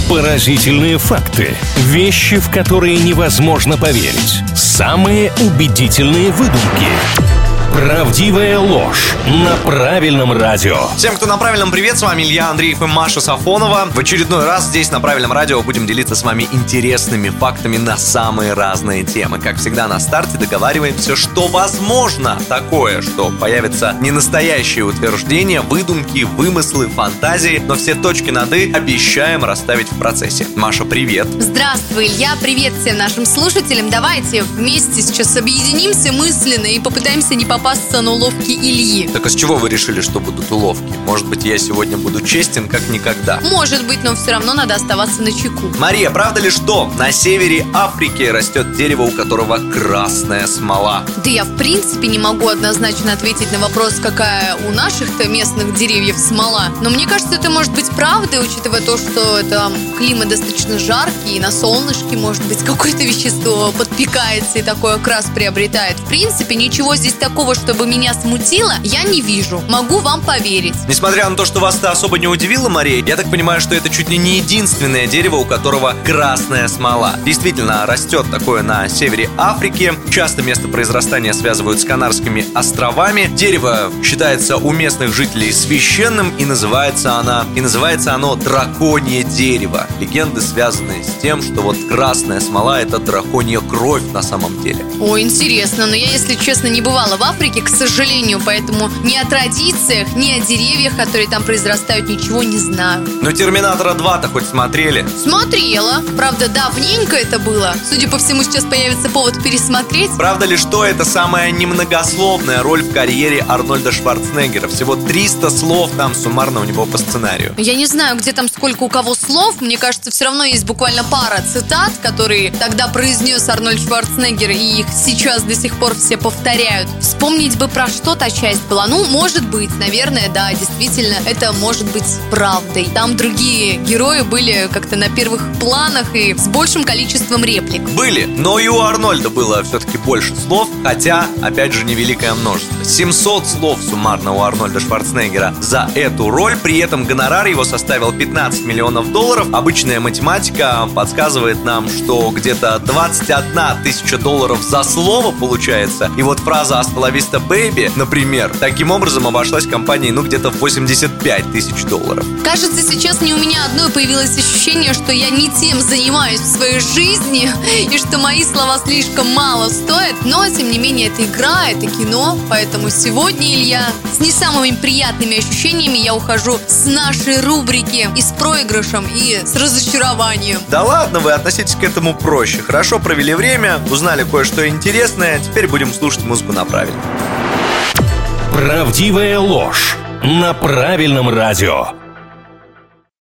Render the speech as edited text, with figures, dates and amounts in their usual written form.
Поразительные факты. Вещи, в которые невозможно поверить. Самые убедительные выдумки. Правдивая ложь на правильном радио. Всем, кто на правильном, привет, с вами Илья Андреев и Маша Сафонова. В очередной раз здесь на правильном радио будем делиться с вами интересными фактами на самые разные темы. Как всегда на старте договариваемся, что возможно такое, что появятся ненастоящие утверждения, выдумки, вымыслы, фантазии, но все точки над «и» обещаем расставить в процессе. Маша, привет. Здравствуй, Илья, привет всем нашим слушателям. Давайте вместе сейчас объединимся мысленно и попытаемся не попасться на уловки Ильи. Так а с чего вы решили, что будут уловки? Может быть, я сегодня буду честен, как никогда? Может быть, но все равно надо оставаться начеку. Мария, правда ли, что на севере Африки растет дерево, у которого красная смола? Да я в принципе не могу однозначно ответить на вопрос, какая у наших-то местных деревьев смола. Но мне кажется, это может быть правдой, учитывая то, что там климат достаточно жаркий, и на солнышке, может быть, какое-то вещество подпекается и такой окрас приобретает. В принципе, ничего здесь такого, чтобы меня смутило, я не вижу. Могу вам поверить. Несмотря на то, что вас это особо не удивило, Мария, я так понимаю, что это чуть ли не единственное дерево, у которого красная смола. Действительно, растет такое на севере Африки. Часто место произрастания связывают с Канарскими островами. Дерево считается у местных жителей священным, и называется оно драконье дерево. Легенды связаны с тем, что вот красная смола — это драконья кровь на самом деле. Ой, интересно, но я, если честно, не бывала в Африке, к сожалению, поэтому ни о традициях, ни о деревьях, которые там произрастают, ничего не знаю. Но «Терминатора 2»-то хоть смотрели? Смотрела. Правда, давненько это было. Судя по всему, сейчас появится повод пересмотреть. Правда ли, что это самая немногословная роль в карьере Арнольда Шварценеггера? Всего 300 слов там суммарно у него по сценарию. Я не знаю, где там сколько у кого слов. Мне кажется, все равно есть буквально пара цитат, которые тогда произнес Арнольд Шварценеггер, и их сейчас до сих пор все повторяют. Вспомнить бы, про что та часть была. Ну, может быть, наверное, да, действительно, это может быть правдой. Там другие герои были как-то на первых планах и с большим количеством реплик. Были, но и у Арнольда было все-таки больше слов, хотя, опять же, невеликое множество. 700 слов суммарно у Арнольда Шварценеггера за эту роль, при этом гонорар его составил $15 миллионов. Обычная математика подсказывает нам, что где-то 21 тысяча долларов за слово получается. И вот фраза «Hasta la vista, baby», например, таким образом обошлась компании, где-то в $85 тысяч. Кажется, сейчас не у меня одной появилось ощущение, что я не тем занимаюсь в своей жизни, и что мои слова слишком мало стоят. Но, тем не менее, это игра, это кино. Поэтому сегодня, Илья, с не самыми приятными ощущениями я ухожу с нашей рубрики и с проигрышем, и с разочарованием. Да ладно, вы относитесь к этому проще. Хорошо провели время, узнали кое-что интересное. Теперь будем слушать музыку на правильном. Правдивая ложь на правильном радио.